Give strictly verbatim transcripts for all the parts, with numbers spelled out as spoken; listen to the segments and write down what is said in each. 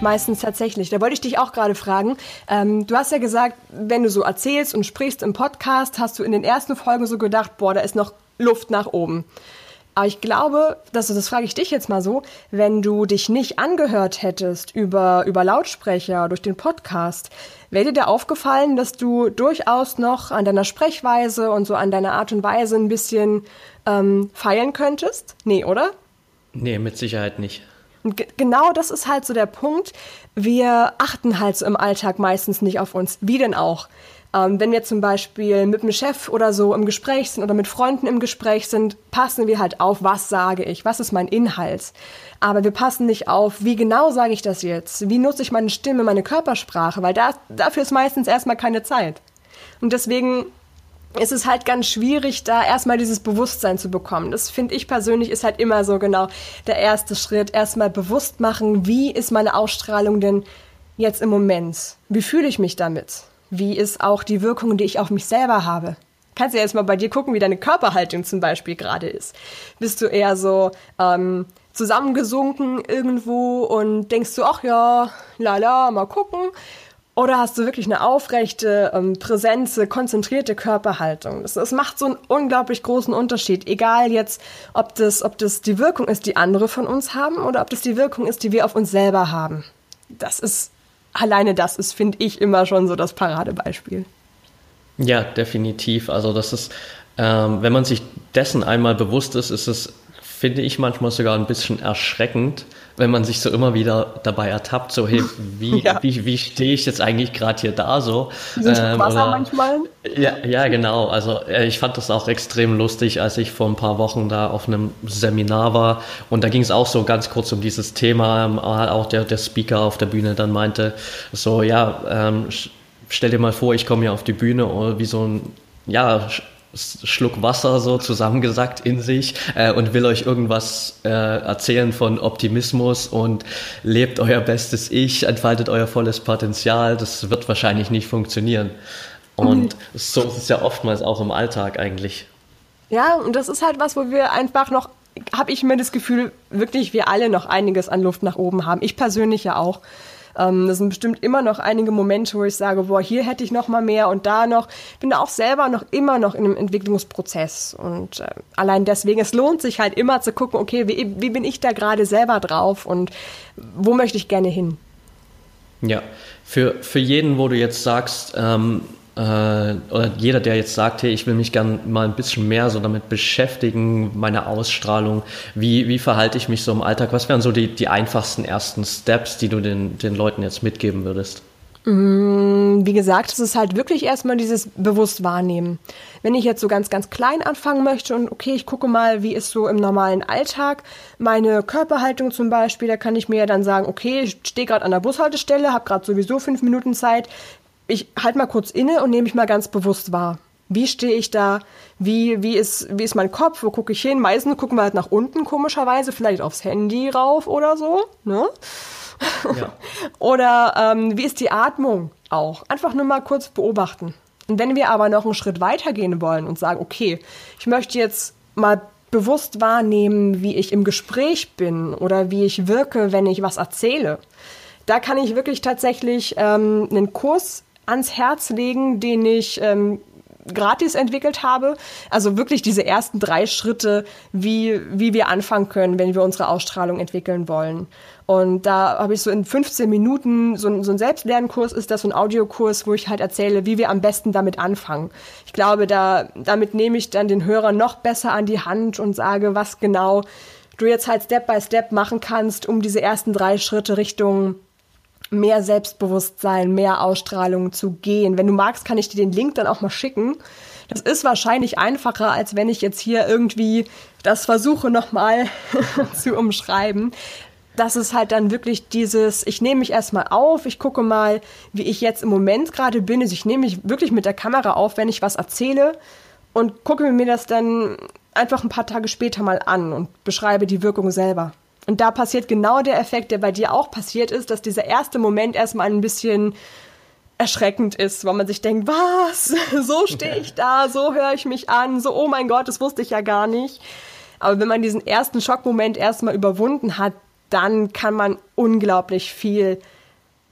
meistens tatsächlich. Da wollte ich dich auch gerade fragen. Ähm, du hast ja gesagt, wenn du so erzählst und sprichst im Podcast, hast du in den ersten Folgen so gedacht, boah, da ist noch Luft nach oben. Aber ich glaube, dass, das frage ich dich jetzt mal so, wenn du dich nicht angehört hättest über, über Lautsprecher, durch den Podcast, wäre dir da aufgefallen, dass du durchaus noch an deiner Sprechweise und so an deiner Art und Weise ein bisschen ähm, feilen könntest? Nee, oder? Nee, mit Sicherheit nicht. Und ge- genau das ist halt so der Punkt. Wir achten halt so im Alltag meistens nicht auf uns. Wie denn auch? Ähm, wenn wir zum Beispiel mit dem Chef oder so im Gespräch sind oder mit Freunden im Gespräch sind, passen wir halt auf, was sage ich, was ist mein Inhalt. Aber wir passen nicht auf, wie genau sage ich das jetzt, wie nutze ich meine Stimme, meine Körpersprache, weil da, dafür ist meistens erstmal keine Zeit. Und deswegen ist es halt ganz schwierig, da erstmal dieses Bewusstsein zu bekommen. Das finde ich persönlich ist halt immer so genau der erste Schritt. Erstmal bewusst machen, wie ist meine Ausstrahlung denn jetzt im Moment? Wie fühle ich mich damit? Wie ist auch die Wirkung, die ich auf mich selber habe? Kannst du ja erstmal bei dir gucken, wie deine Körperhaltung zum Beispiel gerade ist. Bist du eher so ähm, zusammengesunken irgendwo und denkst du, ach ja, lala, mal gucken? Oder hast du wirklich eine aufrechte, ähm, präsente, konzentrierte Körperhaltung? Das, das macht so einen unglaublich großen Unterschied. Egal jetzt, ob das, ob das die Wirkung ist, die andere von uns haben, oder ob das die Wirkung ist, die wir auf uns selber haben. Das ist, alleine das ist, finde ich, immer schon so das Paradebeispiel. Ja, definitiv. Also das ist, ähm, wenn man sich dessen einmal bewusst ist, ist es, finde ich, manchmal sogar ein bisschen erschreckend, wenn man sich so immer wieder dabei ertappt, so, hey, wie, ja. wie, wie stehe ich jetzt eigentlich gerade hier da so? Wie ähm, Wasser oder, manchmal? Ja, ja, genau. Also ich fand das auch extrem lustig, als ich vor ein paar Wochen da auf einem Seminar war und da ging es auch so ganz kurz um dieses Thema, auch der, der Speaker auf der Bühne dann meinte, so, ja, ähm, stell dir mal vor, ich komme hier auf die Bühne wie so ein, ja, Schluck Wasser so zusammengesackt in sich äh, und will euch irgendwas äh, erzählen von Optimismus und lebt euer bestes Ich, entfaltet euer volles Potenzial. Das wird wahrscheinlich nicht funktionieren. Und mhm. so ist es ja oftmals auch im Alltag eigentlich. Ja, und das ist halt was, wo wir einfach noch, habe ich mir das Gefühl, wirklich wir alle noch einiges an Luft nach oben haben. Ich persönlich ja auch. Das sind bestimmt immer noch einige Momente, wo ich sage, boah, hier hätte ich noch mal mehr und da noch. Ich bin da auch selber noch immer noch in einem Entwicklungsprozess. Und äh, allein deswegen, es lohnt sich halt immer zu gucken, okay, wie, wie bin ich da gerade selber drauf und wo möchte ich gerne hin? Ja, für, für jeden, wo du jetzt sagst, ähm, äh, oder jeder, der jetzt sagt, hey, ich will mich gern mal ein bisschen mehr so damit beschäftigen, meine Ausstrahlung, wie, wie verhalte ich mich so im Alltag? Was wären so die, die einfachsten ersten Steps, die du den, den Leuten jetzt mitgeben würdest? Wie gesagt, es ist halt wirklich erstmal dieses bewusst wahrnehmen. Wenn ich jetzt so ganz, ganz klein anfangen möchte und okay, ich gucke mal, wie ist so im normalen Alltag meine Körperhaltung zum Beispiel, da kann ich mir ja dann sagen, okay, ich stehe gerade an der Bushaltestelle, habe gerade sowieso fünf Minuten Zeit, ich halte mal kurz inne und nehme mich mal ganz bewusst wahr. Wie stehe ich da? Wie, wie, ist, wie ist mein Kopf? Wo gucke ich hin? Meistens gucken wir halt nach unten, komischerweise, vielleicht aufs Handy rauf oder so, ne? Ja. Oder ähm, wie ist die Atmung auch? Einfach nur mal kurz beobachten. Und wenn wir aber noch einen Schritt weiter gehen wollen und sagen, okay, ich möchte jetzt mal bewusst wahrnehmen, wie ich im Gespräch bin oder wie ich wirke, wenn ich was erzähle, da kann ich wirklich tatsächlich ähm, einen Kurs ans Herz legen, den ich ähm, gratis entwickelt habe. Also wirklich diese ersten drei Schritte, wie, wie wir anfangen können, wenn wir unsere Ausstrahlung entwickeln wollen. Und da habe ich so in fünfzehn Minuten, so ein, so ein Selbstlernkurs ist das, so ein Audiokurs, wo ich halt erzähle, wie wir am besten damit anfangen. Ich glaube, da damit nehme ich dann den Hörer noch besser an die Hand und sage, was genau du jetzt halt Step by Step machen kannst, um diese ersten drei Schritte Richtung mehr Selbstbewusstsein, mehr Ausstrahlung zu gehen. Wenn du magst, kann ich dir den Link dann auch mal schicken. Das ist wahrscheinlich einfacher, als wenn ich jetzt hier irgendwie das versuche nochmal zu umschreiben. Das ist halt dann wirklich dieses, ich nehme mich erstmal auf, ich gucke mal, wie ich jetzt im Moment gerade bin. Also ich nehme mich wirklich mit der Kamera auf, wenn ich was erzähle und gucke mir das dann einfach ein paar Tage später mal an und beschreibe die Wirkung selber. Und da passiert genau der Effekt, der bei dir auch passiert ist, dass dieser erste Moment erstmal ein bisschen erschreckend ist, weil man sich denkt, was, so stehe ich da, so höre ich mich an, so, oh mein Gott, das wusste ich ja gar nicht. Aber wenn man diesen ersten Schockmoment erstmal überwunden hat, dann kann man unglaublich viel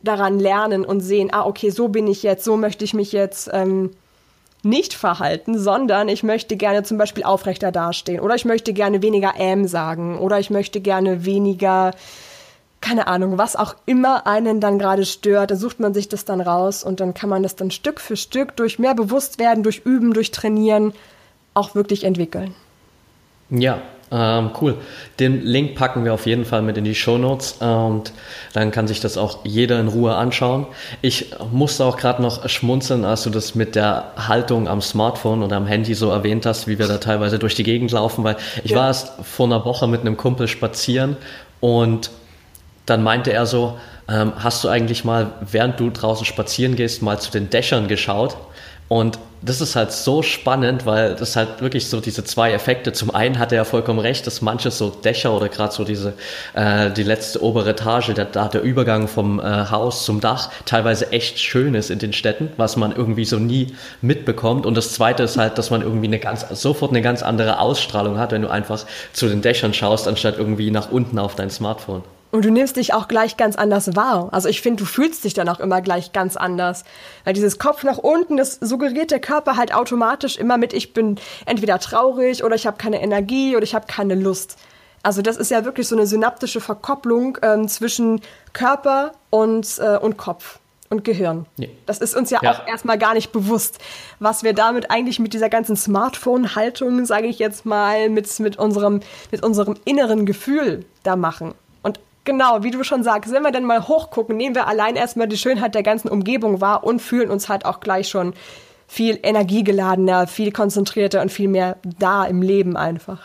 daran lernen und sehen, ah, okay, so bin ich jetzt, so möchte ich mich jetzt ähm, nicht verhalten, sondern ich möchte gerne zum Beispiel aufrechter dastehen oder ich möchte gerne weniger ähm sagen oder ich möchte gerne weniger, keine Ahnung, was auch immer einen dann gerade stört, da sucht man sich das dann raus und dann kann man das dann Stück für Stück durch mehr Bewusstwerden, durch Üben, durch Trainieren auch wirklich entwickeln. Ja, ähm, cool. Den Link packen wir auf jeden Fall mit in die Shownotes und dann kann sich das auch jeder in Ruhe anschauen. Ich musste auch gerade noch schmunzeln, als du das mit der Haltung am Smartphone oder am Handy so erwähnt hast, wie wir da teilweise durch die Gegend laufen, weil ich ja. war erst vor einer Woche mit einem Kumpel spazieren und dann meinte er so, ähm, hast du eigentlich mal, während du draußen spazieren gehst, mal zu den Dächern geschaut? Und das ist halt so spannend, weil das halt wirklich so diese zwei Effekte. Zum einen hat er ja vollkommen recht, dass manche so Dächer oder gerade so diese äh, die letzte obere Etage, der, da der Übergang vom äh, Haus zum Dach teilweise echt schön ist in den Städten, was man irgendwie so nie mitbekommt. Und das zweite ist halt, dass man irgendwie eine ganz sofort eine ganz andere Ausstrahlung hat, wenn du einfach zu den Dächern schaust, anstatt irgendwie nach unten auf dein Smartphone. Und du nimmst dich auch gleich ganz anders wahr. Also ich finde, du fühlst dich dann auch immer gleich ganz anders. Weil dieses Kopf nach unten, das suggeriert der Körper halt automatisch immer mit, ich bin entweder traurig oder ich habe keine Energie oder ich habe keine Lust. Also das ist ja wirklich so eine synaptische Verkopplung ähm, zwischen Körper und, äh, und Kopf und Gehirn. Ja. Das ist uns ja, ja auch erstmal gar nicht bewusst, was wir damit eigentlich mit dieser ganzen Smartphone-Haltung, sage ich jetzt mal, mit, mit, unserem, mit unserem inneren Gefühl da machen. Genau, wie du schon sagst, wenn wir dann mal hochgucken, nehmen wir allein erstmal die Schönheit der ganzen Umgebung wahr und fühlen uns halt auch gleich schon viel energiegeladener, viel konzentrierter und viel mehr da im Leben einfach.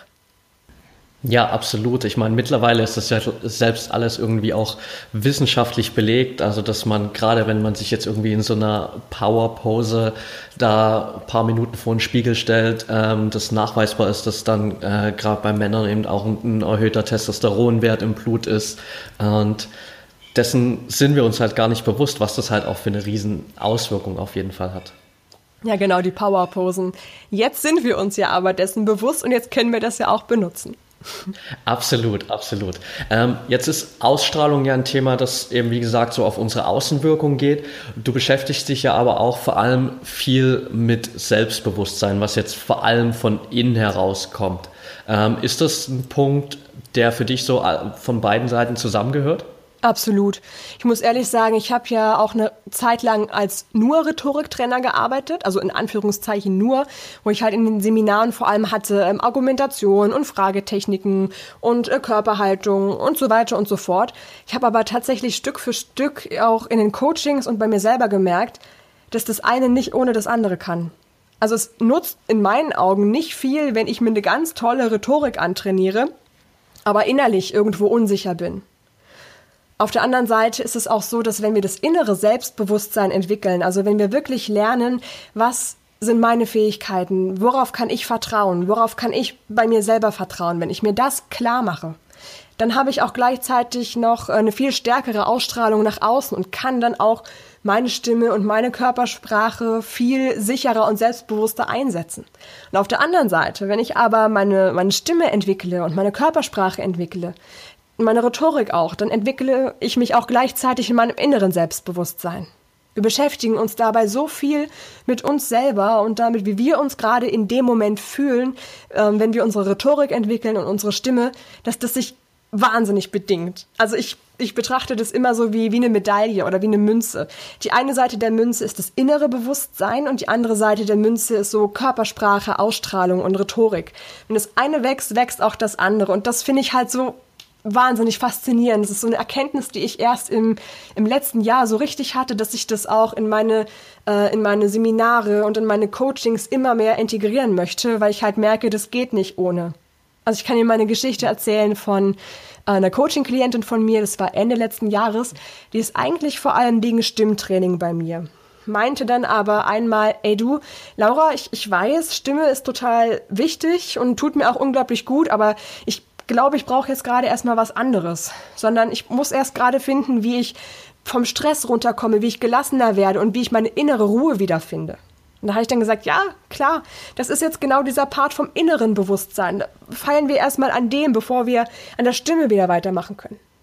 Ja, absolut. Ich meine, mittlerweile ist das ja selbst alles irgendwie auch wissenschaftlich belegt. Also, dass man gerade, wenn man sich jetzt irgendwie in so einer Power-Pose da ein paar Minuten vor den Spiegel stellt, ähm, das nachweisbar ist, dass dann äh, gerade bei Männern eben auch ein, ein erhöhter Testosteronwert im Blut ist. Und dessen sind wir uns halt gar nicht bewusst, was das halt auch für eine riesen Auswirkung auf jeden Fall hat. Ja, genau, die Power-Posen. Jetzt sind wir uns ja aber dessen bewusst und jetzt können wir das ja auch benutzen. Absolut, absolut. Ähm, jetzt ist Ausstrahlung ja ein Thema, das eben, wie gesagt, so auf unsere Außenwirkung geht. Du beschäftigst dich ja aber auch vor allem viel mit Selbstbewusstsein, was jetzt vor allem von innen heraus kommt. Ähm, ist das ein Punkt, der für dich so von beiden Seiten zusammengehört? Absolut. Ich muss ehrlich sagen, ich habe ja auch eine Zeit lang als nur Rhetoriktrainer gearbeitet, also in Anführungszeichen nur, wo ich halt in den Seminaren vor allem hatte ähm, Argumentation und Fragetechniken und äh, Körperhaltung und so weiter und so fort. Ich habe aber tatsächlich Stück für Stück auch in den Coachings und bei mir selber gemerkt, dass das eine nicht ohne das andere kann. Also es nutzt in meinen Augen nicht viel, wenn ich mir eine ganz tolle Rhetorik antrainiere, aber innerlich irgendwo unsicher bin. Auf der anderen Seite ist es auch so, dass wenn wir das innere Selbstbewusstsein entwickeln, also wenn wir wirklich lernen, was sind meine Fähigkeiten, worauf kann ich vertrauen, worauf kann ich bei mir selber vertrauen, wenn ich mir das klar mache, dann habe ich auch gleichzeitig noch eine viel stärkere Ausstrahlung nach außen und kann dann auch meine Stimme und meine Körpersprache viel sicherer und selbstbewusster einsetzen. Und auf der anderen Seite, wenn ich aber meine, meine Stimme entwickle und meine Körpersprache entwickle, meine Rhetorik auch, dann entwickle ich mich auch gleichzeitig in meinem inneren Selbstbewusstsein. Wir beschäftigen uns dabei so viel mit uns selber und damit, wie wir uns gerade in dem Moment fühlen, äh, wenn wir unsere Rhetorik entwickeln und unsere Stimme, dass das sich wahnsinnig bedingt. Also ich, ich betrachte das immer so wie, wie eine Medaille oder wie eine Münze. Die eine Seite der Münze ist das innere Bewusstsein und die andere Seite der Münze ist so Körpersprache, Ausstrahlung und Rhetorik. Wenn das eine wächst, wächst auch das andere. Und das finde ich halt so wahnsinnig faszinierend. Das ist so eine Erkenntnis, die ich erst im, im letzten Jahr so richtig hatte, dass ich das auch in meine, äh, in meine Seminare und in meine Coachings immer mehr integrieren möchte, weil ich halt merke, das geht nicht ohne. Also ich kann dir meine Geschichte erzählen von einer Coaching-Klientin von mir, das war Ende letzten Jahres, die ist eigentlich vor allem wegen Stimmtraining bei mir. Meinte dann aber einmal, ey du, Laura, ich, ich weiß, Stimme ist total wichtig und tut mir auch unglaublich gut, aber ich glaube, ich brauche jetzt gerade erstmal was anderes, sondern ich muss erst gerade finden, wie ich vom Stress runterkomme, wie ich gelassener werde und wie ich meine innere Ruhe wiederfinde. Und da habe ich dann gesagt, ja, klar, das ist jetzt genau dieser Part vom inneren Bewusstsein. Da feilen wir erstmal an dem, bevor wir an der Stimme wieder weitermachen können.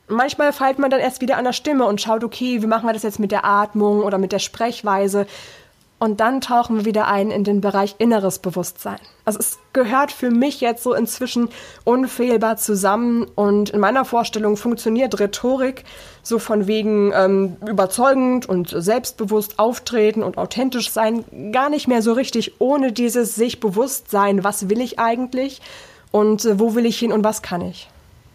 Manchmal feilt man dann erst wieder an der Stimme und schaut, okay, wie machen wir das jetzt mit der Atmung oder mit der Sprechweise? Und dann tauchen wir wieder ein in den Bereich inneres Bewusstsein. Also es gehört für mich jetzt so inzwischen unfehlbar zusammen. Und in meiner Vorstellung funktioniert Rhetorik so von wegen ähm, überzeugend und selbstbewusst auftreten und authentisch sein gar nicht mehr so richtig ohne dieses sich bewusst sein, was will ich eigentlich und äh, wo will ich hin und was kann ich.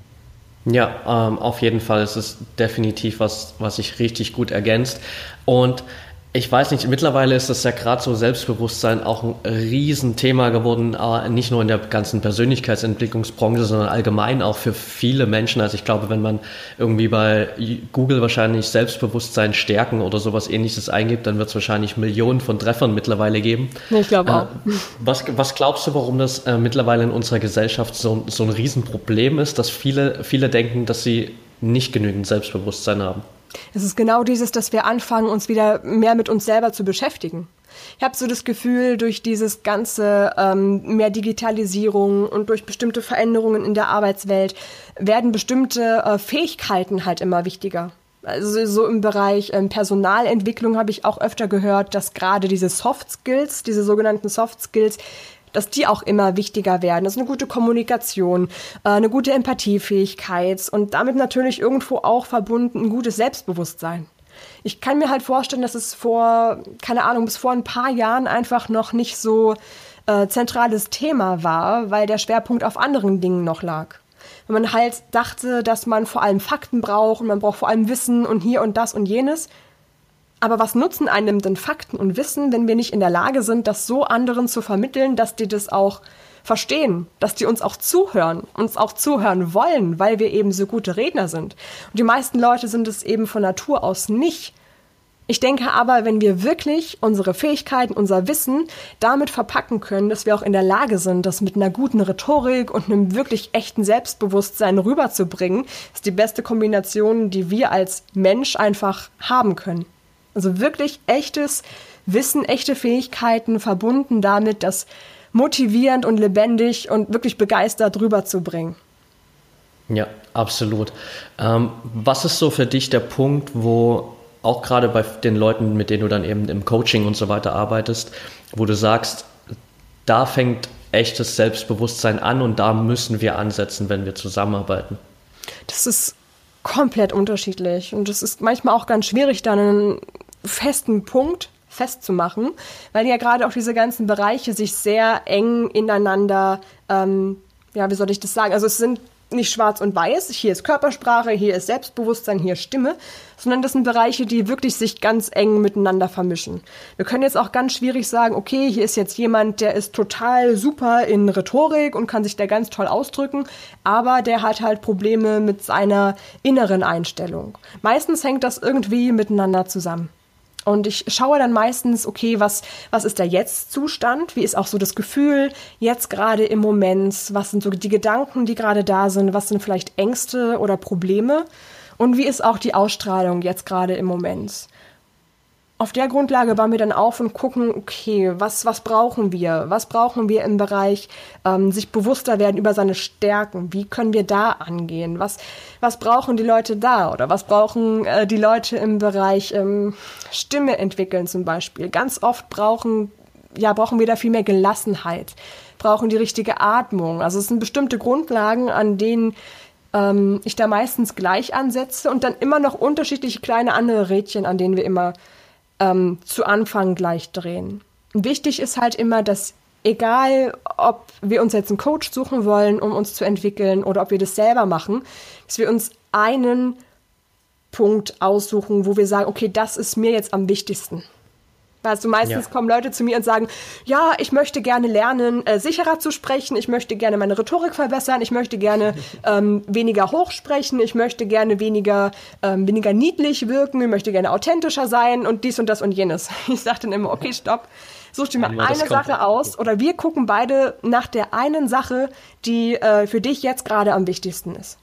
Ja, ähm, auf jeden Fall. Es ist definitiv was, was sich richtig gut ergänzt. Und ich weiß nicht, mittlerweile ist das ja gerade so Selbstbewusstsein auch ein Riesenthema geworden, aber nicht nur in der ganzen Persönlichkeitsentwicklungsbranche, sondern allgemein auch für viele Menschen. Also ich glaube, wenn man irgendwie bei Google wahrscheinlich Selbstbewusstsein stärken oder sowas Ähnliches eingibt, dann wird es wahrscheinlich Millionen von Treffern mittlerweile geben. Ich glaube auch. Äh, was, was glaubst du, warum das äh, mittlerweile in unserer Gesellschaft so, so ein Riesenproblem ist, dass viele, viele denken, dass sie nicht genügend Selbstbewusstsein haben? Es ist genau dieses, dass wir anfangen, uns wieder mehr mit uns selber zu beschäftigen. Ich habe so das Gefühl, durch dieses ganze ähm, mehr Digitalisierung und durch bestimmte Veränderungen in der Arbeitswelt werden bestimmte äh, Fähigkeiten halt immer wichtiger. Also so im Bereich ähm, Personalentwicklung habe ich auch öfter gehört, dass gerade diese Soft Skills, diese sogenannten Soft Skills, dass die auch immer wichtiger werden. Das ist eine gute Kommunikation, eine gute Empathiefähigkeit und damit natürlich irgendwo auch verbunden ein gutes Selbstbewusstsein. Ich kann mir halt vorstellen, dass es vor, keine Ahnung, bis vor ein paar Jahren einfach noch nicht so äh, zentrales Thema war, weil der Schwerpunkt auf anderen Dingen noch lag. Wenn man halt dachte, dass man vor allem Fakten braucht und man braucht vor allem Wissen und hier und das und jenes. Aber was nutzen einem denn Fakten und Wissen, wenn wir nicht in der Lage sind, das so anderen zu vermitteln, dass die das auch verstehen, dass die uns auch zuhören, uns auch zuhören wollen, weil wir eben so gute Redner sind. Und die meisten Leute sind es eben von Natur aus nicht. Ich denke aber, wenn wir wirklich unsere Fähigkeiten, unser Wissen damit verpacken können, dass wir auch in der Lage sind, das mit einer guten Rhetorik und einem wirklich echten Selbstbewusstsein rüberzubringen, ist die beste Kombination, die wir als Mensch einfach haben können. Also wirklich echtes Wissen, echte Fähigkeiten verbunden damit, das motivierend und lebendig und wirklich begeistert rüberzubringen. Ja, absolut. Ähm, was ist so für dich der Punkt, wo auch gerade bei den Leuten, mit denen du dann eben im Coaching und so weiter arbeitest, wo du sagst, da fängt echtes Selbstbewusstsein an und da müssen wir ansetzen, wenn wir zusammenarbeiten? Das ist komplett unterschiedlich und es ist manchmal auch ganz schwierig, dann einen festen Punkt festzumachen, weil ja gerade auch diese ganzen Bereiche sich sehr eng ineinander, ähm, ja, wie soll ich das sagen, also es sind nicht schwarz und weiß, hier ist Körpersprache, hier ist Selbstbewusstsein, hier ist Stimme, sondern das sind Bereiche, die wirklich sich ganz eng miteinander vermischen. Wir können jetzt auch ganz schwierig sagen, okay, hier ist jetzt jemand, der ist total super in Rhetorik und kann sich da ganz toll ausdrücken, aber der hat halt Probleme mit seiner inneren Einstellung. Meistens hängt das irgendwie miteinander zusammen. Und ich schaue dann meistens, okay, was, was ist der Jetzt-Zustand? Wie ist auch so das Gefühl jetzt gerade im Moment? Was sind so die Gedanken, die gerade da sind? Was sind vielleicht Ängste oder Probleme? Und wie ist auch die Ausstrahlung jetzt gerade im Moment? Auf der Grundlage bauen wir dann auf und gucken, okay, was, was brauchen wir? Was brauchen wir im Bereich ähm, sich bewusster werden über seine Stärken? Wie können wir da angehen? Was, was brauchen die Leute da? Oder was brauchen äh, die Leute im Bereich ähm, Stimme entwickeln zum Beispiel? Ganz oft brauchen, ja, brauchen wir da viel mehr Gelassenheit, brauchen die richtige Atmung. Also es sind bestimmte Grundlagen, an denen ähm, ich da meistens gleich ansetze und dann immer noch unterschiedliche kleine andere Rädchen, an denen wir immer Ähm, zu Anfang gleich drehen. Wichtig ist halt immer, dass egal, ob wir uns jetzt einen Coach suchen wollen, um uns zu entwickeln oder ob wir das selber machen, dass wir uns einen Punkt aussuchen, wo wir sagen, okay, das ist mir jetzt am wichtigsten. Also meistens ja. kommen Leute zu mir und sagen, ja, ich möchte gerne lernen, äh, sicherer zu sprechen, ich möchte gerne meine Rhetorik verbessern, ich möchte gerne ähm, weniger hoch sprechen, ich möchte gerne weniger, ähm, weniger niedlich wirken, ich möchte gerne authentischer sein und dies und das und jenes. Ich sage dann immer, okay, stopp, such dir mal eine Sache aus oder wir gucken beide nach der einen Sache, die äh, für dich jetzt gerade am wichtigsten ist.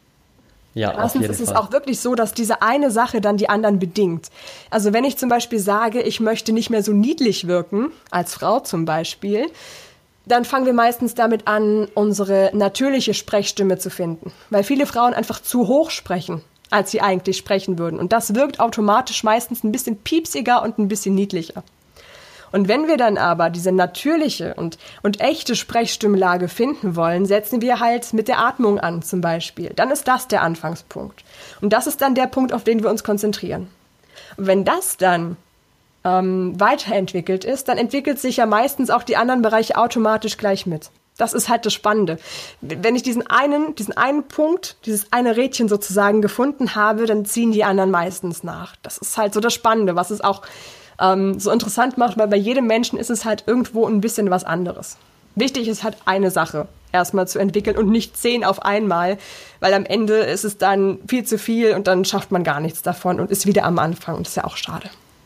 Ja, Erstens ist es auch wirklich so, dass diese eine Sache dann die anderen bedingt. Also wenn ich zum Beispiel sage, ich möchte nicht mehr so niedlich wirken, als Frau zum Beispiel, dann fangen wir meistens damit an, unsere natürliche Sprechstimme zu finden. Weil viele Frauen einfach zu hoch sprechen, als sie eigentlich sprechen würden. Und das wirkt automatisch meistens ein bisschen piepsiger und ein bisschen niedlicher. Und wenn wir dann aber diese natürliche und, und echte Sprechstimmlage finden wollen, setzen wir halt mit der Atmung an zum Beispiel. Dann ist das der Anfangspunkt. Und das ist dann der Punkt, auf den wir uns konzentrieren. Und wenn das dann ähm, weiterentwickelt ist, dann entwickelt sich ja meistens auch die anderen Bereiche automatisch gleich mit. Das ist halt das Spannende. Wenn ich diesen einen, diesen einen Punkt, dieses eine Rädchen sozusagen gefunden habe, dann ziehen die anderen meistens nach. Das ist halt so das Spannende, was es auch ähm, so interessant macht, weil bei jedem Menschen ist es halt irgendwo ein bisschen was anderes. Wichtig ist halt eine Sache erstmal zu entwickeln und nicht zehn auf einmal, weil am Ende ist es dann viel zu viel und dann schafft man gar nichts davon und ist wieder am Anfang und das ist ja auch schade.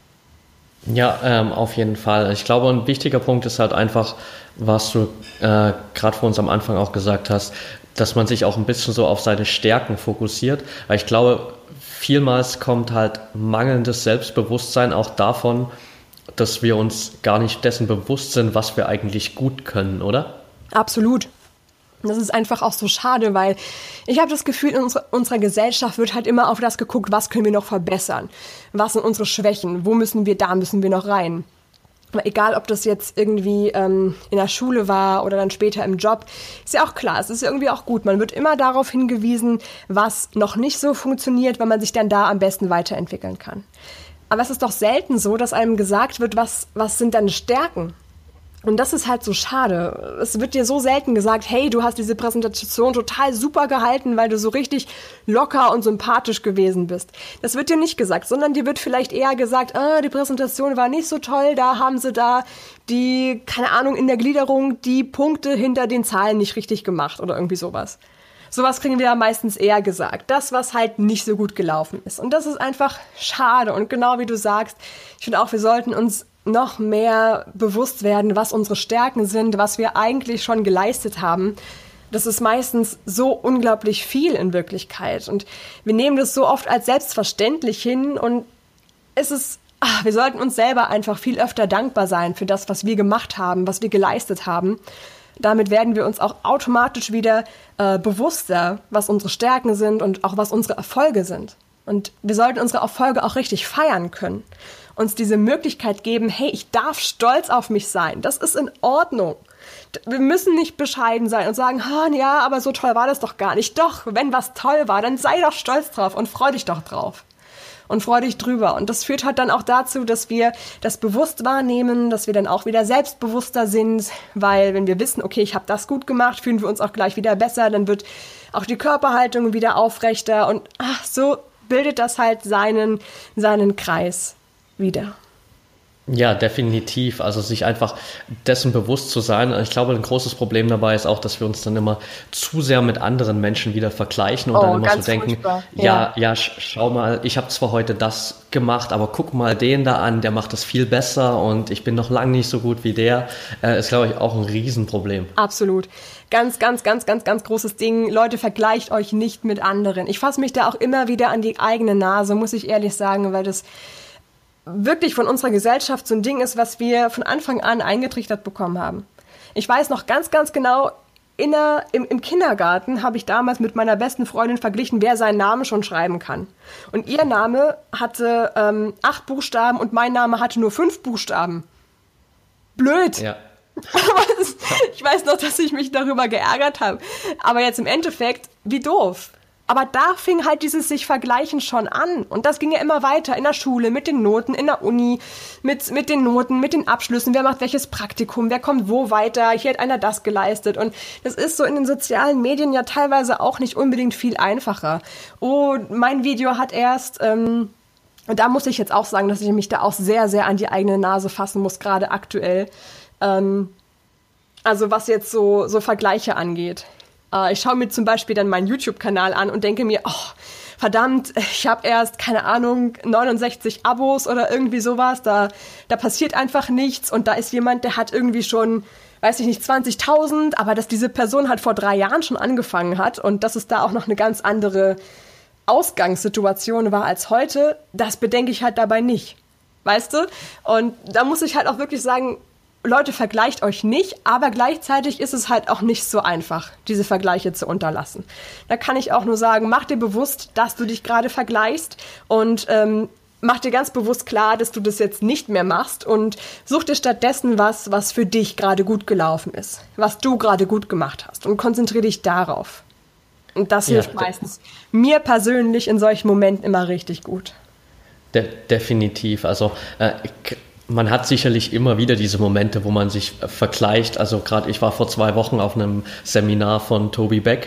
Ja, ähm, auf jeden Fall. Ich glaube, ein wichtiger Punkt ist halt einfach, was du äh, gerade vor uns am Anfang auch gesagt hast, dass man sich auch ein bisschen so auf seine Stärken fokussiert. Weil ich glaube, vielmals kommt halt mangelndes Selbstbewusstsein auch davon, dass wir uns gar nicht dessen bewusst sind, was wir eigentlich gut können, oder? Absolut. Das ist einfach auch so schade, weil ich habe das Gefühl, in unserer, unserer Gesellschaft wird halt immer auf das geguckt, was können wir noch verbessern? Was sind unsere Schwächen? Wo müssen wir, da müssen wir noch rein? Egal, ob das jetzt irgendwie ähm, in der Schule war oder dann später im Job, ist ja auch klar, es ist irgendwie auch gut. Man wird immer darauf hingewiesen, was noch nicht so funktioniert, weil man sich dann da am besten weiterentwickeln kann. Aber es ist doch selten so, dass einem gesagt wird, was, was sind deine Stärken? Und das ist halt so schade. Es wird dir so selten gesagt, hey, du hast diese Präsentation total super gehalten, weil du so richtig locker und sympathisch gewesen bist. Das wird dir nicht gesagt, sondern dir wird vielleicht eher gesagt, ah, die Präsentation war nicht so toll, da haben sie da die, keine Ahnung, in der Gliederung die Punkte hinter den Zahlen nicht richtig gemacht oder irgendwie sowas. Sowas kriegen wir ja meistens eher gesagt. Das, was halt nicht so gut gelaufen ist. Und das ist einfach schade. Und genau wie du sagst, ich finde auch, wir sollten uns noch mehr bewusst werden, was unsere Stärken sind, was wir eigentlich schon geleistet haben. Das ist meistens so unglaublich viel in Wirklichkeit. Und wir nehmen das so oft als selbstverständlich hin. Und es ist, ach, wir sollten uns selber einfach viel öfter dankbar sein für das, was wir gemacht haben, was wir geleistet haben. Damit werden wir uns auch automatisch wieder äh, bewusster, was unsere Stärken sind und auch was unsere Erfolge sind. Und wir sollten unsere Erfolge auch richtig feiern können. Uns diese Möglichkeit geben, hey, ich darf stolz auf mich sein. Das ist in Ordnung. Wir müssen nicht bescheiden sein und sagen, oh, ja, aber so toll war das doch gar nicht. Doch, wenn was toll war, dann sei doch stolz drauf und freu dich doch drauf. Und freu dich drüber. Und das führt halt dann auch dazu, dass wir das bewusst wahrnehmen, dass wir dann auch wieder selbstbewusster sind, weil wenn wir wissen, okay, ich habe das gut gemacht, fühlen wir uns auch gleich wieder besser, dann wird auch die Körperhaltung wieder aufrechter und ach, so bildet das halt seinen, seinen Kreis wieder. Ja, definitiv. Also sich einfach dessen bewusst zu sein. Ich glaube, ein großes Problem dabei ist auch, dass wir uns dann immer zu sehr mit anderen Menschen wieder vergleichen und oh, dann immer so ganz denken, furchtbar. ja, ja, ja, schau mal, ich habe zwar heute das gemacht, aber guck mal den da an, der macht das viel besser und ich bin noch lange nicht so gut wie der. Äh, ist, glaube ich, auch ein Riesenproblem. Absolut. Ganz, ganz, ganz, ganz, ganz großes Ding. Leute, vergleicht euch nicht mit anderen. Ich fasse mich da auch immer wieder an die eigene Nase, muss ich ehrlich sagen, weil das wirklich von unserer Gesellschaft so ein Ding ist, was wir von Anfang an eingetrichtert bekommen haben. Ich weiß noch ganz, ganz genau, in der, im, im Kindergarten habe ich damals mit meiner besten Freundin verglichen, wer seinen Namen schon schreiben kann. Und ihr Name hatte ähm, acht Buchstaben und mein Name hatte nur fünf Buchstaben. Blöd. Ja. Ich weiß noch, dass ich mich darüber geärgert habe. Aber jetzt im Endeffekt, wie doof. Aber da fing halt dieses sich vergleichen schon an. Und das ging ja immer weiter in der Schule, mit den Noten, in der Uni, mit, mit den Noten, mit den Abschlüssen. Wer macht welches Praktikum? Wer kommt wo weiter? Hier hat einer das geleistet. Und das ist so in den sozialen Medien ja teilweise auch nicht unbedingt viel einfacher. Oh, mein Video hat erst... Ähm, und da muss ich jetzt auch sagen, dass ich mich da auch sehr, sehr an die eigene Nase fassen muss, gerade aktuell. Ähm, also was jetzt so, so Vergleiche angeht. Ich schaue mir zum Beispiel dann meinen YouTube-Kanal an und denke mir, oh, verdammt, ich habe erst, keine Ahnung, neunundsechzig Abos oder irgendwie sowas, da, da passiert einfach nichts und da ist jemand, der hat irgendwie schon, weiß ich nicht, zwanzigtausend, aber dass diese Person halt vor drei Jahren schon angefangen hat und dass es da auch noch eine ganz andere Ausgangssituation war als heute, das bedenke ich halt dabei nicht, weißt du? Und da muss ich halt auch wirklich sagen, Leute, vergleicht euch nicht, aber gleichzeitig ist es halt auch nicht so einfach, diese Vergleiche zu unterlassen. Da kann ich auch nur sagen, mach dir bewusst, dass du dich gerade vergleichst und ähm, mach dir ganz bewusst klar, dass du das jetzt nicht mehr machst und such dir stattdessen was, was für dich gerade gut gelaufen ist, was du gerade gut gemacht hast und konzentriere dich darauf. Und das Ja, hilft meistens mir persönlich in solchen Momenten immer richtig gut. De- definitiv. Also äh, k- man hat sicherlich immer wieder diese Momente, wo man sich äh, vergleicht. Also gerade ich war vor zwei Wochen auf einem Seminar von Toby Beck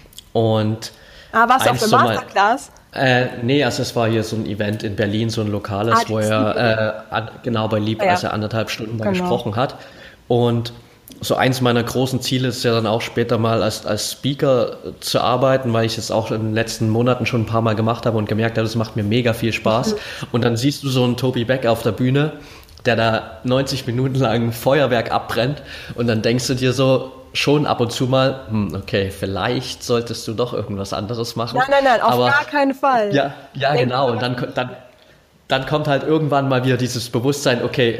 und Ah, warst du auf eins der so mal- Masterclass? Äh, nee, also es war hier so ein Event in Berlin, so ein lokales, Ah, wo das er äh, an, genau bei Lieb, Ja. als er anderthalb Stunden da Genau. gesprochen hat. Und so eins meiner großen Ziele ist ja dann auch später mal als, als Speaker zu arbeiten, weil ich es auch in den letzten Monaten schon ein paar Mal gemacht habe und gemerkt habe, das macht mir mega viel Spaß. Und dann siehst du so einen Toby Beck auf der Bühne, der da neunzig Minuten lang Feuerwerk abbrennt und dann denkst du dir so schon ab und zu mal, hm, okay, vielleicht solltest du doch irgendwas anderes machen. Nein, nein, nein, auf Aber gar keinen Fall. ja, ja, Denk genau. mal Und dann, dann, dann kommt halt irgendwann mal wieder dieses Bewusstsein, okay,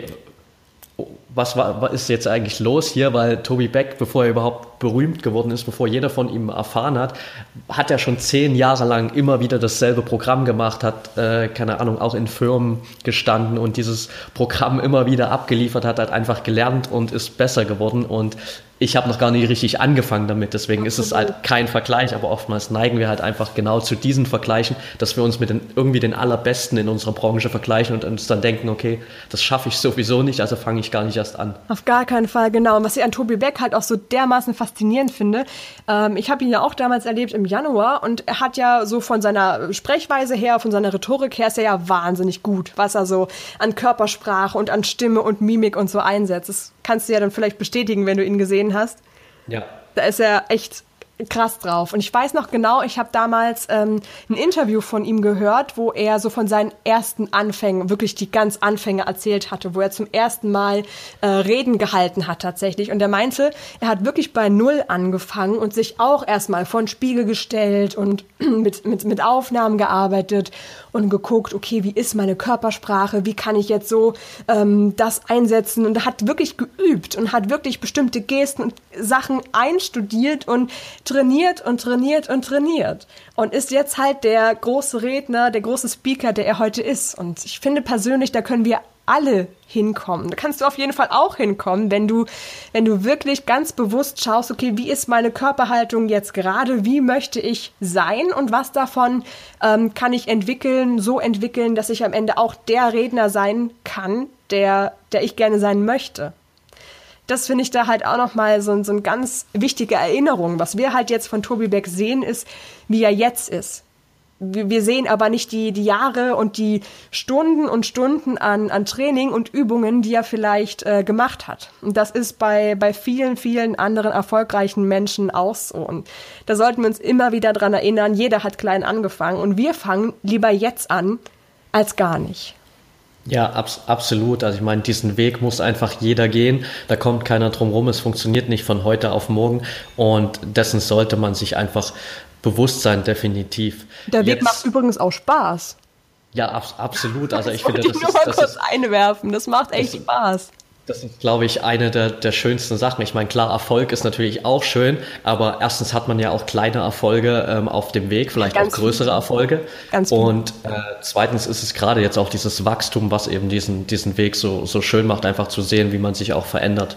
was war, was ist jetzt eigentlich los hier? Weil Toby Beck, bevor er überhaupt berühmt geworden ist, bevor jeder von ihm erfahren hat, hat er schon zehn Jahre lang immer wieder dasselbe Programm gemacht, hat, äh, keine Ahnung, auch in Firmen gestanden und dieses Programm immer wieder abgeliefert, hat halt einfach gelernt und ist besser geworden. Und ich habe noch gar nicht richtig angefangen damit, deswegen ist es halt kein Vergleich, aber oftmals neigen wir halt einfach genau zu diesen Vergleichen, dass wir uns mit den, irgendwie den Allerbesten in unserer Branche vergleichen und uns dann denken, okay, das schaffe ich sowieso nicht, also fange ich gar nicht erst an. Auf gar keinen Fall, genau. Und was ich an Toby Beck halt auch so dermaßen faszinierend finde, ähm, ich habe ihn ja auch damals erlebt im Januar und er hat ja so von seiner Sprechweise her, von seiner Rhetorik her, ist er ja wahnsinnig gut, was er so an Körpersprache und an Stimme und Mimik und so einsetzt. Das kannst du ja dann vielleicht bestätigen, wenn du ihn gesehen hast. Ja. Da ist er echt krass drauf. Und ich weiß noch genau, ich habe damals ähm, ein Interview von ihm gehört, wo er so von seinen ersten Anfängen, wirklich die ganz Anfänge erzählt hatte, wo er zum ersten Mal äh, Reden gehalten hat tatsächlich. Und er meinte, er hat wirklich bei Null angefangen und sich auch erstmal vor den Spiegel gestellt und mit, mit, mit Aufnahmen gearbeitet und geguckt, okay, wie ist meine Körpersprache, wie kann ich jetzt so ähm, das einsetzen, und hat wirklich geübt und hat wirklich bestimmte Gesten und Sachen einstudiert und trainiert und trainiert und trainiert und ist jetzt halt der große Redner, der große Speaker, der er heute ist. Und ich finde persönlich, da können wir alle hinkommen. Da kannst du auf jeden Fall auch hinkommen, wenn du, wenn du wirklich ganz bewusst schaust, okay, wie ist meine Körperhaltung jetzt gerade, wie möchte ich sein und was davon ähm, kann ich entwickeln, so entwickeln, dass ich am Ende auch der Redner sein kann, der, der ich gerne sein möchte. Das finde ich da halt auch nochmal so, so eine ganz wichtige Erinnerung. Was wir halt jetzt von Toby Beck sehen, ist, wie er jetzt ist. Wir sehen aber nicht die, die Jahre und die Stunden und Stunden an, an Training und Übungen, die er vielleicht äh, gemacht hat. Und das ist bei, bei vielen, vielen anderen erfolgreichen Menschen auch so. Und da sollten wir uns immer wieder dran erinnern, jeder hat klein angefangen und wir fangen lieber jetzt an, als gar nicht. Ja, abs- absolut. Also ich meine, diesen Weg muss einfach jeder gehen. Da kommt keiner drum rum. Es funktioniert nicht von heute auf morgen. Und dessen sollte man sich einfach bewusst sein, definitiv. Der Weg Jetzt, macht übrigens auch Spaß. Ja, ab- absolut. Also ich das finde, wollte das ich nur ist, mal das kurz ist, einwerfen. Das macht echt das- Spaß. das ist, glaube ich, eine der, der schönsten Sachen. Ich meine, klar, Erfolg ist natürlich auch schön, aber erstens hat man ja auch kleine Erfolge ähm, auf dem Weg, vielleicht Ganz auch größere viel. Erfolge. Ganz viel. Und äh, zweitens ist es gerade jetzt auch dieses Wachstum, was eben diesen, diesen Weg so, so schön macht, einfach zu sehen, wie man sich auch verändert.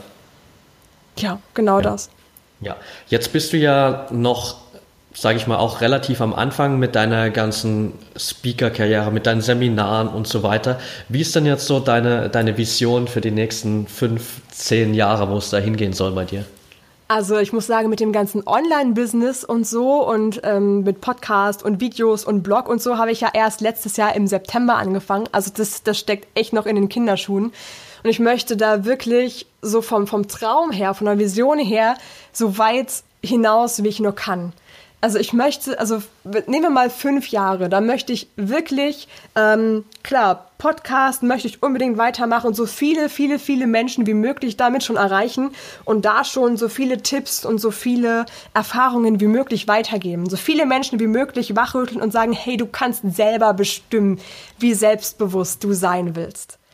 Ja, genau Ja. das. Ja, jetzt bist du ja noch, sage ich mal, auch relativ am Anfang mit deiner ganzen Speaker-Karriere, mit deinen Seminaren und so weiter. Wie ist denn jetzt so deine, deine Vision für die nächsten fünf, zehn Jahre, wo es da hingehen soll bei dir? Also ich muss sagen, mit dem ganzen Online-Business und so und ähm, mit Podcast und Videos und Blog und so habe ich ja erst letztes Jahr im September angefangen. Also das, das steckt echt noch in den Kinderschuhen. Und ich möchte da wirklich so vom, vom Traum her, von der Vision her, so weit hinaus, wie ich nur kann. Also ich möchte, also nehmen wir mal fünf Jahre, da möchte ich wirklich, ähm, klar, Podcast möchte ich unbedingt weitermachen und so viele, viele, viele Menschen wie möglich damit schon erreichen und da schon so viele Tipps und so viele Erfahrungen wie möglich weitergeben. So viele Menschen wie möglich wachrütteln und sagen, hey, du kannst selber bestimmen, wie selbstbewusst du sein willst.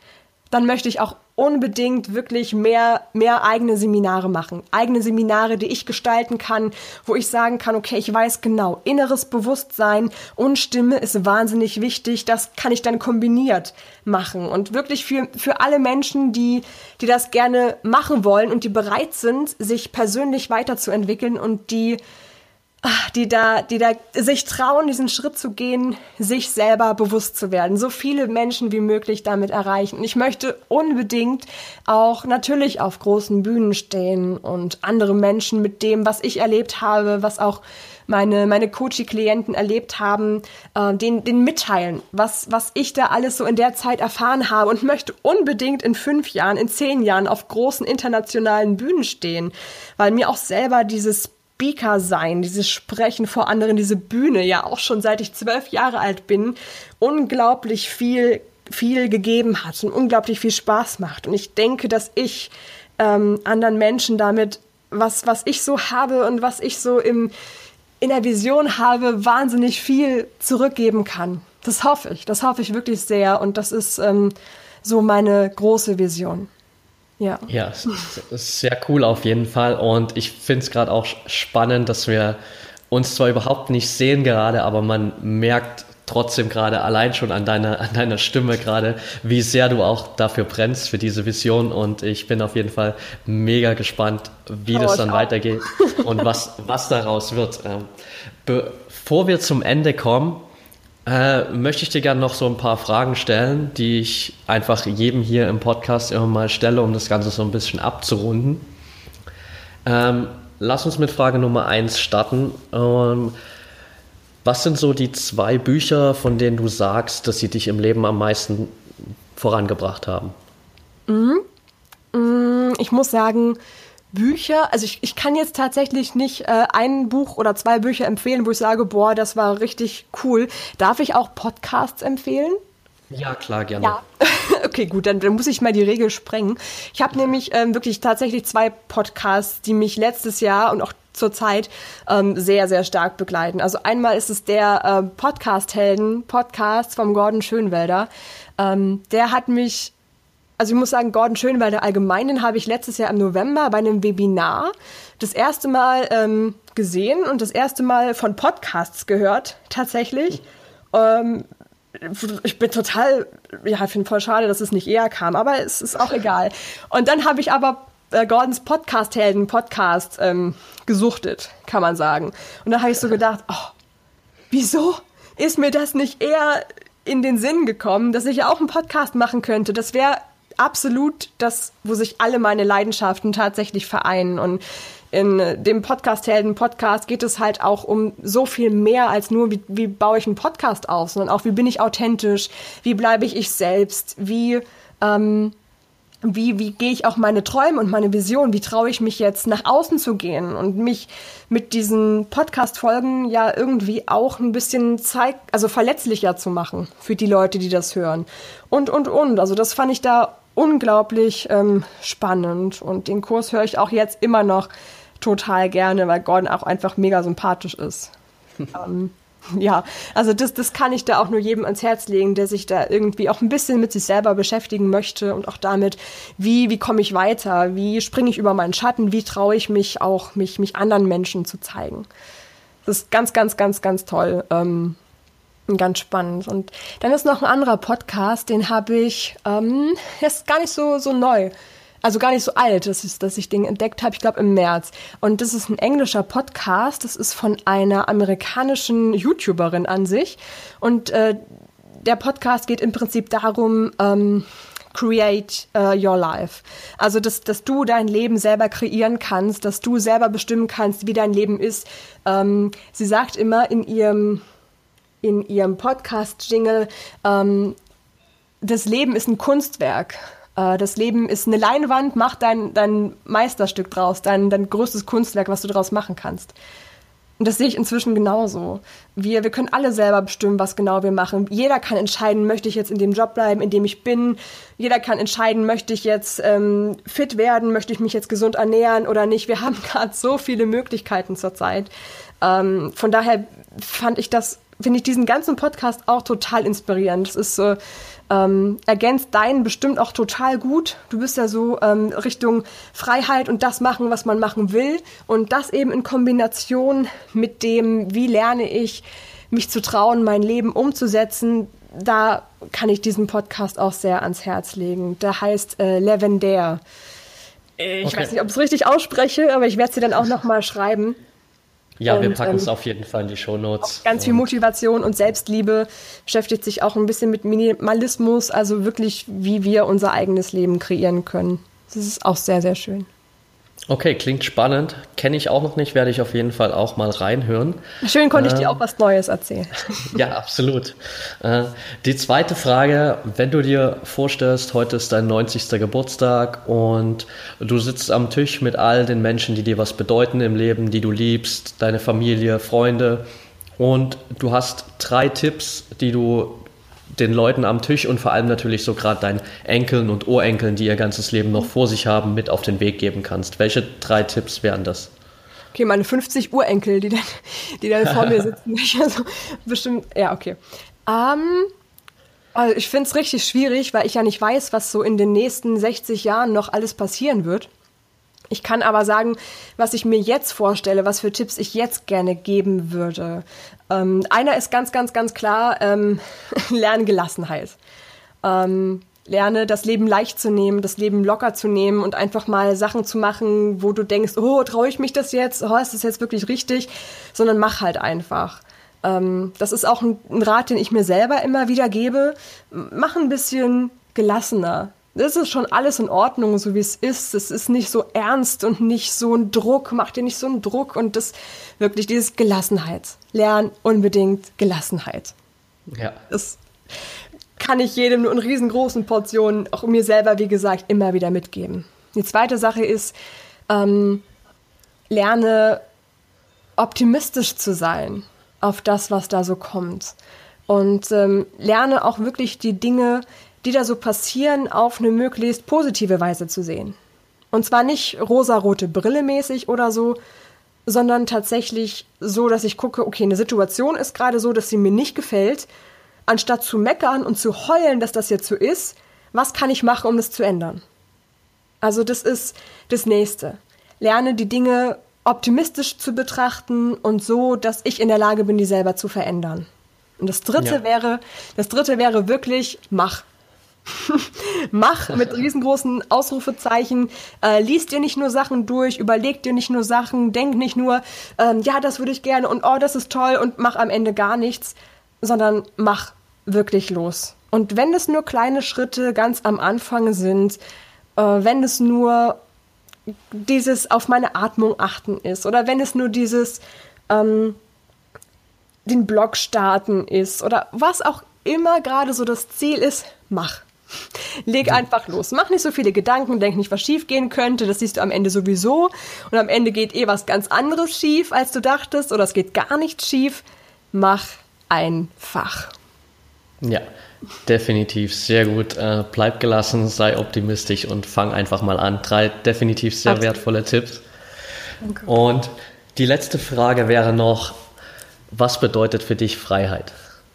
dann möchte ich auch unbedingt wirklich mehr, mehr eigene Seminare machen. Eigene Seminare, die ich gestalten kann, wo ich sagen kann, okay, ich weiß genau, inneres Bewusstsein und Stimme ist wahnsinnig wichtig. Das kann ich dann kombiniert machen. Und wirklich für, für alle Menschen, die, die das gerne machen wollen und die bereit sind, sich persönlich weiterzuentwickeln und die die da, die da sich trauen, diesen Schritt zu gehen, sich selber bewusst zu werden. So viele Menschen wie möglich damit erreichen. Und ich möchte unbedingt auch natürlich auf großen Bühnen stehen und andere Menschen mit dem, was ich erlebt habe, was auch meine, meine Coaching-Klienten erlebt haben, äh, den, den mitteilen, was, was ich da alles so in der Zeit erfahren habe und möchte unbedingt in fünf Jahren, in zehn Jahren auf großen internationalen Bühnen stehen, weil mir auch selber dieses Speaker sein, dieses Sprechen vor anderen, diese Bühne, ja auch schon seit ich zwölf Jahre alt bin, unglaublich viel, viel gegeben hat und unglaublich viel Spaß macht. Und ich denke, dass ich ähm, anderen Menschen damit, was, was ich so habe und was ich so im, in der Vision habe, wahnsinnig viel zurückgeben kann. Das hoffe ich, das hoffe ich wirklich sehr und das ist ähm, so meine große Vision. Ja, ja, es ist sehr cool auf jeden Fall und ich finde es gerade auch spannend, dass wir uns zwar überhaupt nicht sehen gerade, aber man merkt trotzdem gerade allein schon an deiner, an deiner Stimme gerade, wie sehr du auch dafür brennst, für diese Vision und ich bin auf jeden Fall mega gespannt, wie oh, das dann weitergeht und was, was daraus wird. Bevor wir zum Ende kommen, Äh, möchte ich dir gerne noch so ein paar Fragen stellen, die ich einfach jedem hier im Podcast immer mal stelle, um das Ganze so ein bisschen abzurunden. Ähm, lass uns mit Frage Nummer eins starten. Ähm, was sind so die zwei Bücher, von denen du sagst, dass sie dich im Leben am meisten vorangebracht haben? Mhm. Ich muss sagen, Bücher, also ich, ich kann jetzt tatsächlich nicht äh, ein Buch oder zwei Bücher empfehlen, wo ich sage, boah, das war richtig cool. Darf ich auch Podcasts empfehlen? Ja, klar, gerne. Ja, okay, gut, dann, dann muss ich mal die Regel sprengen. Ich habe nämlich ähm, wirklich tatsächlich zwei Podcasts, die mich letztes Jahr und auch zur Zeit ähm, sehr, sehr stark begleiten. Also einmal ist es der äh, Podcast-Helden-Podcast vom Gordon Schönwelder. Ähm, der hat mich Also ich muss sagen, Gordon Schönwelder allgemein, den habe ich letztes Jahr im November bei einem Webinar das erste Mal ähm, gesehen und das erste Mal von Podcasts gehört, tatsächlich. Ähm, ich bin total, ja, ich finde voll schade, dass es nicht eher kam, aber es ist auch egal. Und dann habe ich aber äh, Gordons Podcast-Helden-Podcast ähm, gesuchtet, kann man sagen. Und da habe ich so gedacht, oh, wieso ist mir das nicht eher in den Sinn gekommen, dass ich ja auch einen Podcast machen könnte? Das wäre absolut das, wo sich alle meine Leidenschaften tatsächlich vereinen. Und in dem Podcast-Helden-Podcast geht es halt auch um so viel mehr als nur, wie, wie baue ich einen Podcast auf, sondern auch, wie bin ich authentisch, wie bleibe ich ich selbst, wie, ähm, wie, wie gehe ich auch meine Träume und meine Vision, wie traue ich mich jetzt nach außen zu gehen und mich mit diesen Podcast-Folgen ja irgendwie auch ein bisschen zeig, also verletzlicher zu machen für die Leute, die das hören. Und, und, und. Also das fand ich da unglaublich ähm, spannend und den Kurs höre ich auch jetzt immer noch total gerne, weil Gordon auch einfach mega sympathisch ist. ähm, ja, also das, das kann ich da auch nur jedem ans Herz legen, der sich da irgendwie auch ein bisschen mit sich selber beschäftigen möchte und auch damit, wie, wie komme ich weiter, wie springe ich über meinen Schatten, wie traue ich mich auch, mich, mich anderen Menschen zu zeigen. Das ist ganz, ganz, ganz, ganz toll. Ähm, Ganz spannend. Und dann ist noch ein anderer Podcast, den habe ich, ähm, der ist gar nicht so, so neu, also gar nicht so alt, das ist, dass ich den entdeckt habe, ich glaube im März. Und das ist ein englischer Podcast, das ist von einer amerikanischen YouTuberin an sich. Und äh, der Podcast geht im Prinzip darum, ähm, create uh, your life. Also, dass, dass du dein Leben selber kreieren kannst, dass du selber bestimmen kannst, wie dein Leben ist. Ähm, sie sagt immer in ihrem in ihrem Podcast-Jingle, ähm, das Leben ist ein Kunstwerk. Äh, das Leben ist eine Leinwand, mach dein, dein Meisterstück draus, dein, dein größtes Kunstwerk, was du draus machen kannst. Und das sehe ich inzwischen genauso. Wir, wir können alle selber bestimmen, was genau wir machen. Jeder kann entscheiden, möchte ich jetzt in dem Job bleiben, in dem ich bin. Jeder kann entscheiden, möchte ich jetzt ähm, fit werden, möchte ich mich jetzt gesund ernähren oder nicht. Wir haben gerade so viele Möglichkeiten zurzeit. Ähm, von daher fand ich das finde ich diesen ganzen Podcast auch total inspirierend. Das ist so, ähm, ergänzt deinen bestimmt auch total gut. Du bist ja so ähm, Richtung Freiheit und das machen, was man machen will. Und das eben in Kombination mit dem, wie lerne ich, mich zu trauen, mein Leben umzusetzen. Da kann ich diesen Podcast auch sehr ans Herz legen. Der heißt äh, Lavendaire. Ich okay. weiß nicht, ob ich es richtig ausspreche, aber ich werde sie dann auch nochmal schreiben. Ja, und, wir packen ähm, es auf jeden Fall in die Shownotes. Ganz viel Motivation und Selbstliebe, beschäftigt sich auch ein bisschen mit Minimalismus, also wirklich, wie wir unser eigenes Leben kreieren können. Das ist auch sehr, sehr schön. Okay, klingt spannend. Kenne ich auch noch nicht, werde ich auf jeden Fall auch mal reinhören. Schön, konnte ähm, ich dir auch was Neues erzählen. Ja, absolut. Äh, die zweite Frage, wenn du dir vorstellst, heute ist dein neunzigster Geburtstag und du sitzt am Tisch mit all den Menschen, die dir was bedeuten im Leben, die du liebst, deine Familie, Freunde, und du hast drei Tipps, die du den Leuten am Tisch und vor allem natürlich so gerade deinen Enkeln und Urenkeln, die ihr ganzes Leben noch vor sich haben, mit auf den Weg geben kannst. Welche drei Tipps wären das? Okay, meine fünfzig Urenkel, die dann, die dann vor mir sitzen. Also bestimmt, ja, okay. Ähm, also ich finde es richtig schwierig, weil ich ja nicht weiß, was so in den nächsten sechzig Jahren noch alles passieren wird. Ich kann aber sagen, was ich mir jetzt vorstelle, was für Tipps ich jetzt gerne geben würde. Ähm, einer ist ganz, ganz, ganz klar, ähm, lerne Gelassenheit. Ähm, lerne, das Leben leicht zu nehmen, das Leben locker zu nehmen und einfach mal Sachen zu machen, wo du denkst, oh, traue ich mich das jetzt? Oh, ist das jetzt wirklich richtig? Sondern mach halt einfach. Ähm, das ist auch ein, ein Rat, den ich mir selber immer wieder gebe. Mach ein bisschen gelassener. Das ist schon alles in Ordnung, so wie es ist. Es ist nicht so ernst und nicht so ein Druck. Mach dir nicht so einen Druck und das wirklich dieses Gelassenheit. Lern unbedingt Gelassenheit. Ja. Das kann ich jedem nur in riesengroßen Portionen, auch mir selber, wie gesagt, immer wieder mitgeben. Die zweite Sache ist, ähm, lerne optimistisch zu sein auf das, was da so kommt. Und ähm, lerne auch wirklich die Dinge, die da so passieren, auf eine möglichst positive Weise zu sehen. Und zwar nicht rosarote Brille mäßig oder so, sondern tatsächlich so, dass ich gucke, okay, eine Situation ist gerade so, dass sie mir nicht gefällt. Anstatt zu meckern und zu heulen, dass das jetzt so ist, was kann ich machen, um das zu ändern? Also das ist das Nächste. Lerne die Dinge optimistisch zu betrachten und so, dass ich in der Lage bin, die selber zu verändern. Und das Dritte ja. wäre, das Dritte wäre wirklich, mach. Mach mit riesengroßen Ausrufezeichen, äh, lies dir nicht nur Sachen durch, überleg dir nicht nur Sachen, denk nicht nur, ähm, ja, das würde ich gerne und oh, das ist toll und mach am Ende gar nichts, sondern mach wirklich los. Und wenn es nur kleine Schritte ganz am Anfang sind, äh, wenn es nur dieses auf meine Atmung achten ist oder wenn es nur dieses ähm, den Blog starten ist oder was auch immer gerade so das Ziel ist, mach. Leg einfach los. Mach nicht so viele Gedanken, denk nicht, was schief gehen könnte. Das siehst du am Ende sowieso. Und am Ende geht eh was ganz anderes schief, als du dachtest. Oder es geht gar nichts schief. Mach einfach. Ja, definitiv. Sehr gut. Äh, bleib gelassen, sei optimistisch und fang einfach mal an. Drei definitiv sehr Absolut. wertvolle Tipps. Danke. Und die letzte Frage wäre noch, was bedeutet für dich Freiheit?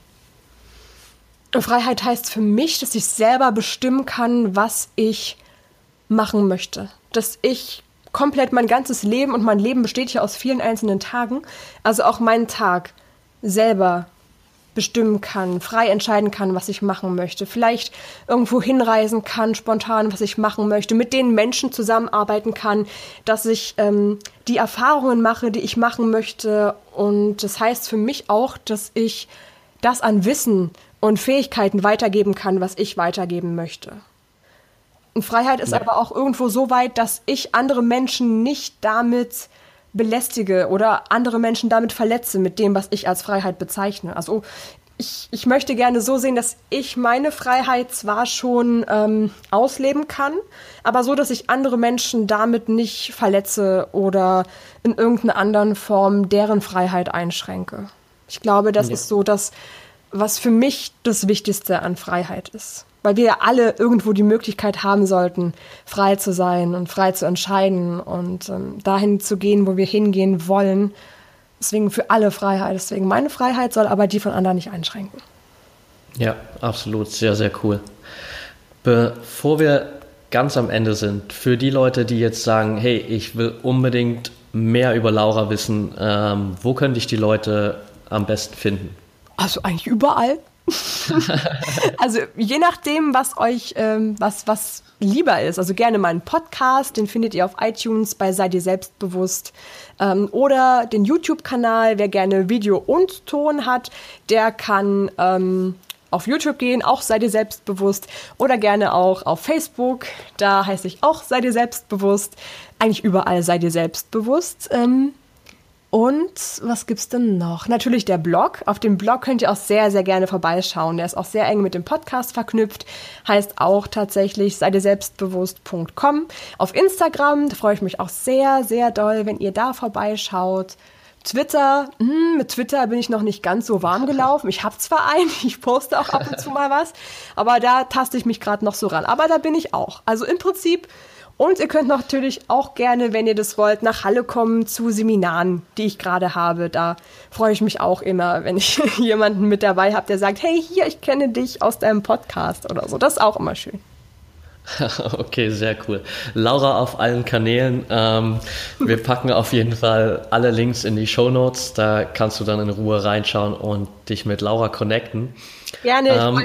Freiheit heißt für mich, dass ich selber bestimmen kann, was ich machen möchte. Dass ich komplett mein ganzes Leben, und mein Leben besteht ja aus vielen einzelnen Tagen, also auch meinen Tag selber bestimmen kann, frei entscheiden kann, was ich machen möchte. Vielleicht irgendwo hinreisen kann, spontan, was ich machen möchte, mit den Menschen zusammenarbeiten kann, dass ich ähm, die Erfahrungen mache, die ich machen möchte. Und das heißt für mich auch, dass ich das an Wissen und Fähigkeiten weitergeben kann, was ich weitergeben möchte. Und Freiheit ist ja. aber auch irgendwo so weit, dass ich andere Menschen nicht damit belästige oder andere Menschen damit verletze mit dem, was ich als Freiheit bezeichne. Also ich, ich möchte gerne so sehen, dass ich meine Freiheit zwar schon ähm, ausleben kann, aber so, dass ich andere Menschen damit nicht verletze oder in irgendeiner anderen Form deren Freiheit einschränke. Ich glaube, das ja. ist so das, was für mich das Wichtigste an Freiheit ist. Weil wir ja alle irgendwo die Möglichkeit haben sollten, frei zu sein und frei zu entscheiden und ähm, dahin zu gehen, wo wir hingehen wollen, Deswegen für alle Freiheit. Deswegen meine Freiheit soll aber die von anderen nicht einschränken. Ja, absolut. Sehr, sehr cool. Bevor wir ganz am Ende sind, für die Leute, die jetzt sagen, hey, ich will unbedingt mehr über Laura wissen, ähm, wo könnte ich die Leute am besten finden? Also eigentlich überall. Also je nachdem, was euch, ähm, was, was lieber ist. Also gerne meinen Podcast, den findet ihr auf iTunes bei Sei dir selbstbewusst. Ähm, oder den YouTube-Kanal, wer gerne Video und Ton hat, der kann ähm, auf YouTube gehen, auch Sei dir selbstbewusst. Oder gerne auch auf Facebook, da heiße ich auch Sei dir selbstbewusst. Eigentlich überall Sei dir selbstbewusst. Ähm, Und was gibt's denn noch? Natürlich der Blog. Auf dem Blog könnt ihr auch sehr, sehr gerne vorbeischauen. Der ist auch sehr eng mit dem Podcast verknüpft. Heißt auch tatsächlich sei dir selbstbewusst punkt com. Auf Instagram, da freue ich mich auch sehr, sehr doll, wenn ihr da vorbeischaut. Twitter, hm, mit Twitter bin ich noch nicht ganz so warm gelaufen. Ich habe zwar einen, ich poste auch ab und zu mal was, aber da taste ich mich gerade noch so ran. Aber da bin ich auch. Also im Prinzip. Und ihr könnt natürlich auch gerne, wenn ihr das wollt, nach Halle kommen zu Seminaren, die ich gerade habe. Da freue ich mich auch immer, wenn ich jemanden mit dabei habe, der sagt, hey, hier, ich kenne dich aus deinem Podcast oder so. Das ist auch immer schön. Okay, sehr cool. Laura auf allen Kanälen. Ähm, wir packen auf jeden Fall alle Links in die Shownotes. Da kannst du dann in Ruhe reinschauen und dich mit Laura connecten. Gerne, ich ähm, freue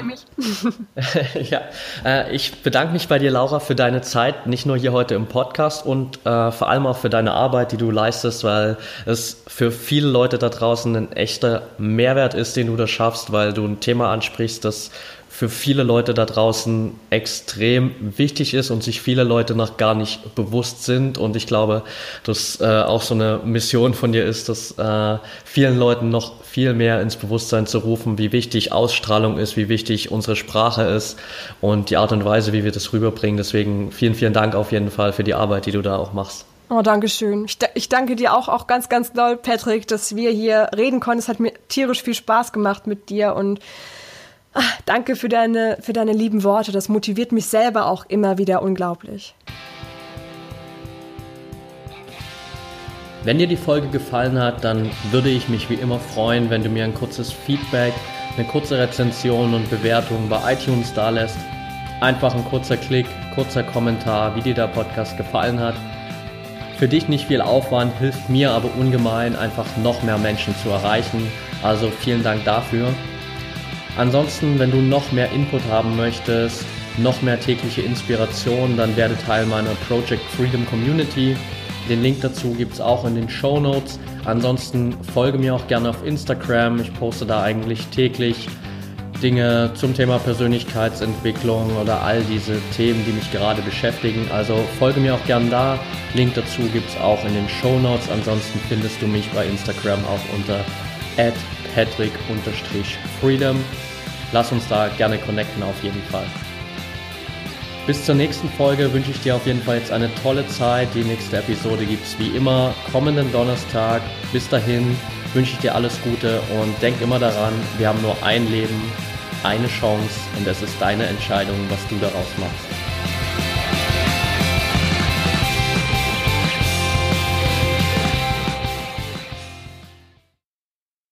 mich. Ja, äh, ich bedanke mich bei dir, Laura, für deine Zeit, nicht nur hier heute im Podcast und äh, vor allem auch für deine Arbeit, die du leistest, weil es für viele Leute da draußen ein echter Mehrwert ist, den du da schaffst, weil du ein Thema ansprichst, das für viele Leute da draußen extrem wichtig ist und sich viele Leute noch gar nicht bewusst sind. Und ich glaube, dass äh, auch so eine Mission von dir ist, dass äh, vielen Leuten noch viel mehr ins Bewusstsein zu rufen, wie wichtig Ausstrahlung ist, wie wichtig unsere Sprache ist und die Art und Weise, wie wir das rüberbringen. Deswegen vielen, vielen Dank auf jeden Fall für die Arbeit, die du da auch machst. Oh, danke schön. Ich, ich danke dir auch, auch ganz, ganz doll, Patrick, dass wir hier reden konnten. Es hat mir tierisch viel Spaß gemacht mit dir und ach, danke für deine, für deine lieben Worte. Das motiviert mich selber auch immer wieder unglaublich. Wenn dir die Folge gefallen hat, dann würde ich mich wie immer freuen, wenn du mir ein kurzes Feedback, eine kurze Rezension und Bewertung bei iTunes dalässt. Einfach ein kurzer Klick, kurzer Kommentar, wie dir der Podcast gefallen hat. Für dich nicht viel Aufwand, hilft mir aber ungemein, einfach noch mehr Menschen zu erreichen. Also vielen Dank dafür. Ansonsten, wenn du noch mehr Input haben möchtest, noch mehr tägliche Inspiration, dann werde Teil meiner Project Freedom Community. Den Link dazu gibt es auch in den Shownotes. Ansonsten folge mir auch gerne auf Instagram. Ich poste da eigentlich täglich Dinge zum Thema Persönlichkeitsentwicklung oder all diese Themen, die mich gerade beschäftigen. Also folge mir auch gerne da. Link dazu gibt es auch in den Shownotes. Ansonsten findest du mich bei Instagram auch unter at patrick freedom. Lass uns da gerne connecten auf jeden Fall. Bis zur nächsten Folge wünsche ich dir auf jeden Fall jetzt eine tolle Zeit. Die nächste Episode gibt es wie immer kommenden Donnerstag. Bis dahin wünsche ich dir alles Gute und denk immer daran, wir haben nur ein Leben, eine Chance und es ist deine Entscheidung, was du daraus machst.